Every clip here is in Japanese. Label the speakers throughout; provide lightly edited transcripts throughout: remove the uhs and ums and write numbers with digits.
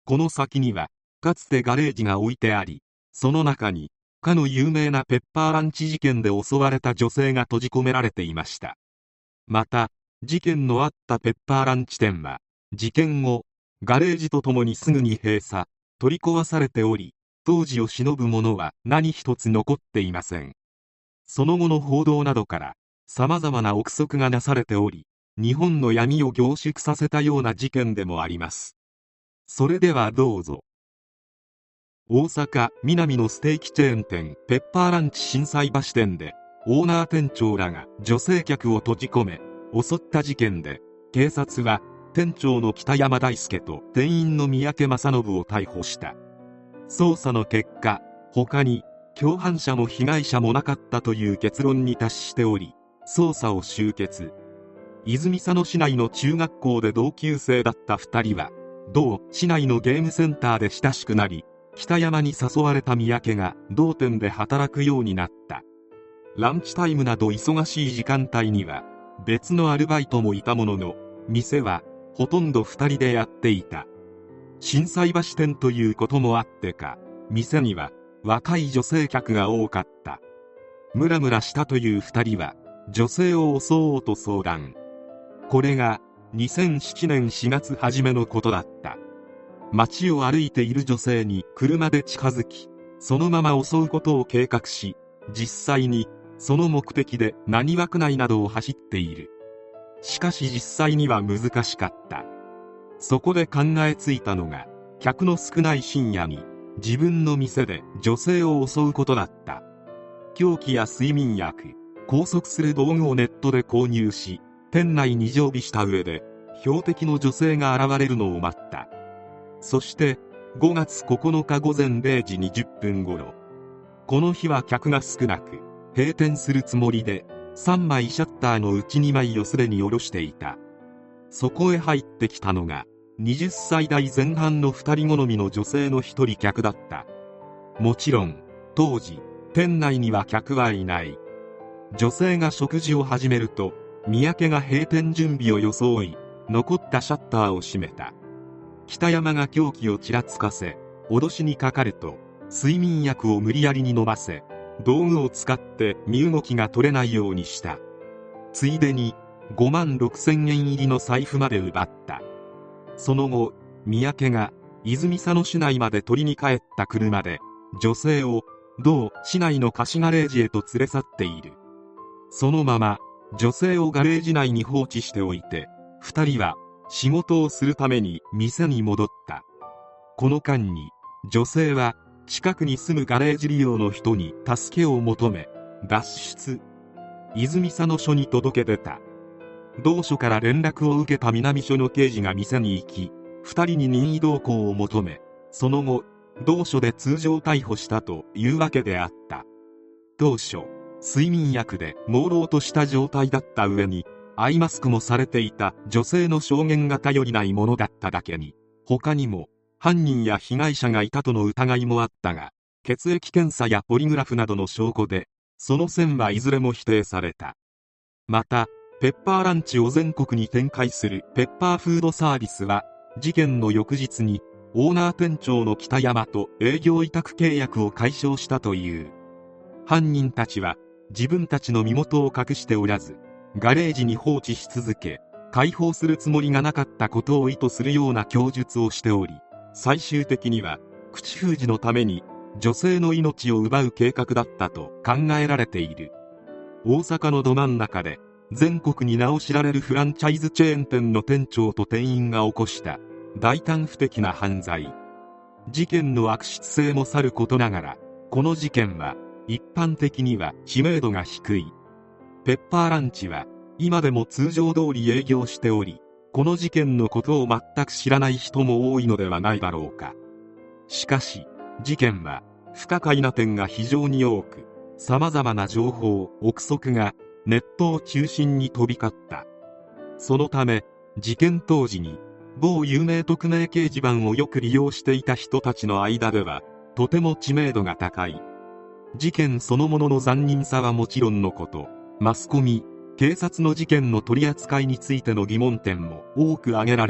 Speaker 1: この先にはかつてガレージが置いてあり、その中にかの有名なペッパーランチ事件で襲われた女性が閉じ込められていました。また事件のあったペッパーランチ店は事件後ガレージとともにすぐに閉鎖、取り壊されており、当時を偲ぶものは何一つ残っていません。その後の報道などから様々な憶測がなされており、日本の闇を凝縮させたような事件でもあります。それではどうぞ。大阪・ミナミのステーキチェーン店ペッパーランチ心斎橋店でオーナー店長らが女性客を閉じ込め襲った事件で、警察は店長の北山大輔と店員の三宅正信を逮捕した。捜査の結果、他に共犯者も被害者もなかったという結論に達しており、捜査を終結。泉佐野市内の中学校で同級生だった2人は同市内のゲームセンターで親しくなり、北山に誘われた三宅が同店で働くようになった。ランチタイムなど忙しい時間帯には別のアルバイトもいたものの、店はほとんど2人でやっていた。心斎橋店ということもあってか、店には若い女性客が多かった。ムラムラしたという2人は女性を襲おうと相談。これが2007年4月初めのことだった。街を歩いている女性に車で近づき、そのまま襲うことを計画し、実際にその目的で浪速区内などを走っている。しかし実際には難しかった。そこで考えついたのが、客の少ない深夜に自分の店で女性を襲うことだった。凶器や睡眠薬、拘束する道具をネットで購入し、店内に常備した上で標的の女性が現れるのを待った。そして5月9日午前0時20分頃、この日は客が少なく閉店するつもりで3枚シャッターのうち2枚をすでに下ろしていた。そこへ入ってきたのが20歳代前半の2人好みの女性の1人客だった。もちろん当時店内には客はいない。女性が食事を始めると三宅が閉店準備を装い、残ったシャッターを閉めた。北山が凶器をちらつかせ脅しにかかると、睡眠薬を無理やりに飲ませ道具を使って身動きが取れないようにした。ついでに5万6,000円入りの財布まで奪った。その後三宅が泉佐野市内まで取りに帰った車で女性を同市内の貸しガレージへと連れ去っている。そのまま女性をガレージ内に放置しておいて、2人は仕事をするために店に戻った。この間に女性は近くに住むガレージ利用の人に助けを求め脱出。泉佐野署に届け出た。同署から連絡を受けた南署の刑事が店に行き、2人に任意同行を求め、その後同署で通常逮捕したというわけであった。当初睡眠薬で朦朧とした状態だった上にアイマスクもされていた女性の証言が頼りないものだっただけに、他にも犯人や被害者がいたとの疑いもあったが、血液検査やポリグラフなどの証拠でその線はいずれも否定された。またペッパーランチを全国に展開するペッパーフードサービスは事件の翌日にオーナー店長の北山と営業委託契約を解消したという。犯人たちは自分たちの身元を隠しておらず、ガレージに放置し続け、解放するつもりがなかったことを意図するような供述をしており、最終的には口封じのために女性の命を奪う計画だったと考えられている。大阪のど真ん中で全国に名を知られるフランチャイズチェーン店の店長と店員が起こした大胆不敵な犯罪。事件の悪質性もさることながら、この事件は一般的には知名度が低い。ペッパーランチは今でも通常通り営業しており、この事件のことを全く知らない人も多いのではないだろうか。しかし事件は不可解な点が非常に多く、様々な情報、憶測がネットを中心に飛び交った。そのため事件当時に某有名匿名掲示板をよく利用していた人たちの間ではとても知名度が高い。事件そのものの残忍さはもちろんのこと、マスコミ、警察の事件の取り扱いについての疑問点も多く挙げられ、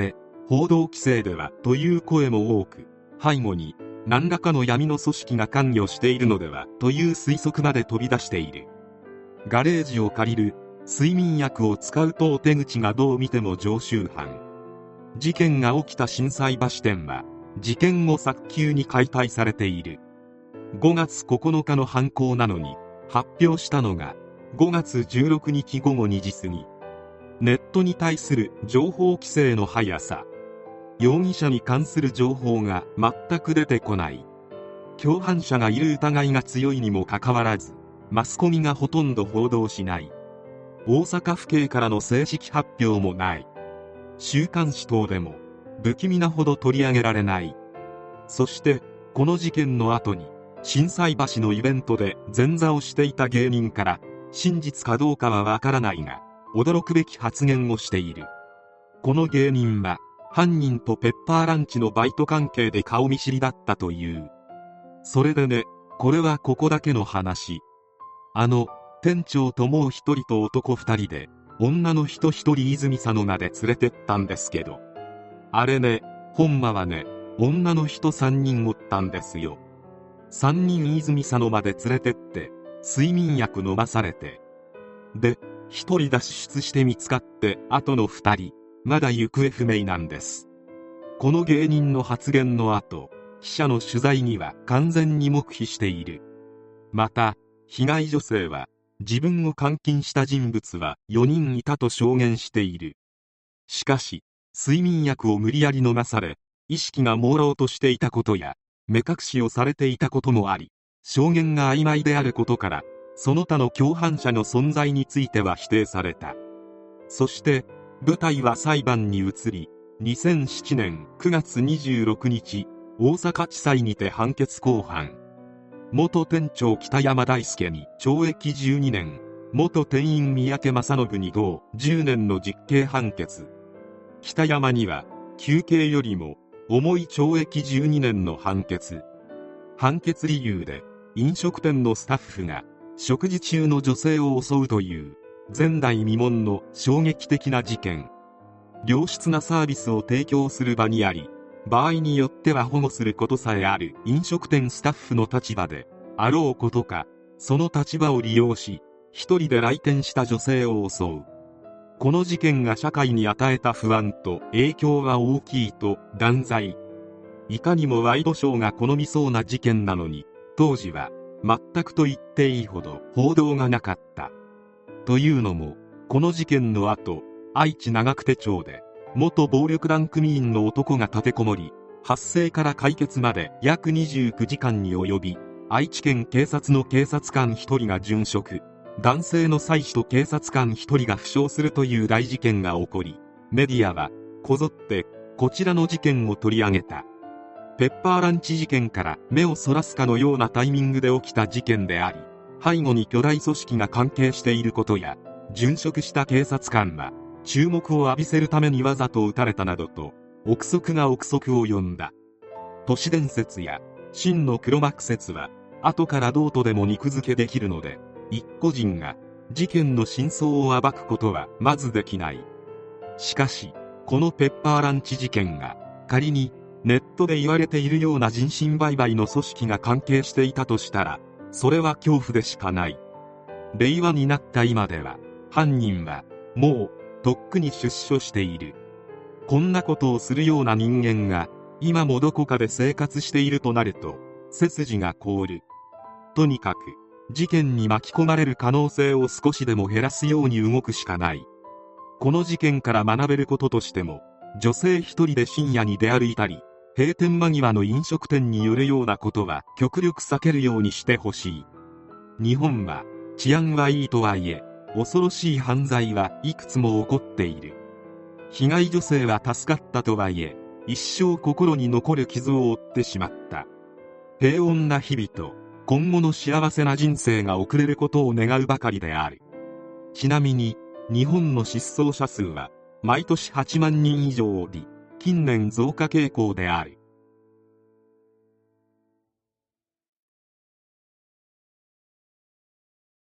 Speaker 1: 報道規制ではという声も多く、背後に何らかの闇の組織が関与しているのではという推測まで飛び出している。ガレージを借りる、睡眠薬を使う等手口がどう見ても常習犯。事件が起きた心斎橋店は事件後早急に解体されている。5月9日の犯行なのに発表したのが5月16日午後2時過ぎ。ネットに対する情報規制の速さ、容疑者に関する情報が全く出てこない、共犯者がいる疑いが強いにもかかわらずマスコミがほとんど報道しない、大阪府警からの正式発表もない、週刊誌等でも不気味なほど取り上げられない。そしてこの事件の後に心斎橋のイベントで前座をしていた芸人から真実かどうかはわからないが驚くべき発言をしている。この芸人は犯人とペッパーランチのバイト関係で顔見知りだったという。それでね、これはここだけの話。店長ともう一人と男二人で女の人一人泉佐野まで連れてったんですけど、あれね、ほんまはね、女の人三人おったんですよ。三人泉佐野まで連れてって睡眠薬飲まされて、で一人脱出して見つかって、あとの二人まだ行方不明なんです。この芸人の発言の後、記者の取材には完全に黙秘している。また被害女性は自分を監禁した人物は4人いたと証言している。しかし睡眠薬を無理やり飲まされ意識が朦朧としていたことや目隠しをされていたこともあり、証言が曖昧であることからその他の共犯者の存在については否定された。そして舞台は裁判に移り、2007年9月26日大阪地裁にて判決公判。元店長北山大輔に懲役12年、元店員三宅正信に同10年の実刑判決。北山には求刑よりも重い懲役12年の判決。判決理由で飲食店のスタッフが食事中の女性を襲うという前代未聞の衝撃的な事件。良質なサービスを提供する場にあり、場合によっては保護することさえある飲食店スタッフの立場であろうことか、その立場を利用し一人で来店した女性を襲う。この事件が社会に与えた不安と影響は大きいと断罪。いかにもワイドショーが好みそうな事件なのに、当時は全くと言っていいほど報道がなかった。というのも、この事件の後、愛知長久手町で元暴力団組員の男が立てこもり、発生から解決まで約29時間に及び、愛知県警察の警察官1人が殉職、男性の妻子と警察官1人が負傷するという大事件が起こり、メディアはこぞってこちらの事件を取り上げた。ペッパーランチ事件から目をそらすかのようなタイミングで起きた事件であり、背後に巨大組織が関係していることや、殉職した警察官は注目を浴びせるためにわざと撃たれたなどと憶測が憶測を呼んだ。都市伝説や真の黒幕説は後からどうとでも肉付けできるので、一個人が事件の真相を暴くことはまずできない。しかしこのペッパーランチ事件が仮にネットで言われているような人身売買の組織が関係していたとしたら、それは恐怖でしかない。令和になった今では犯人はもうとっくに出所している。こんなことをするような人間が今もどこかで生活しているとなると背筋が凍る。とにかく事件に巻き込まれる可能性を少しでも減らすように動くしかない。この事件から学べることとしても、女性一人で深夜に出歩いたり閉店間際の飲食店に寄るようなことは極力避けるようにしてほしい。日本は治安はいいとはいえ、恐ろしい犯罪はいくつも起こっている。被害女性は助かったとはいえ、一生心に残る傷を負ってしまった。平穏な日々と今後の幸せな人生が送れることを願うばかりである。ちなみに日本の失踪者数は毎年8万人以上おり、近年増加傾向である。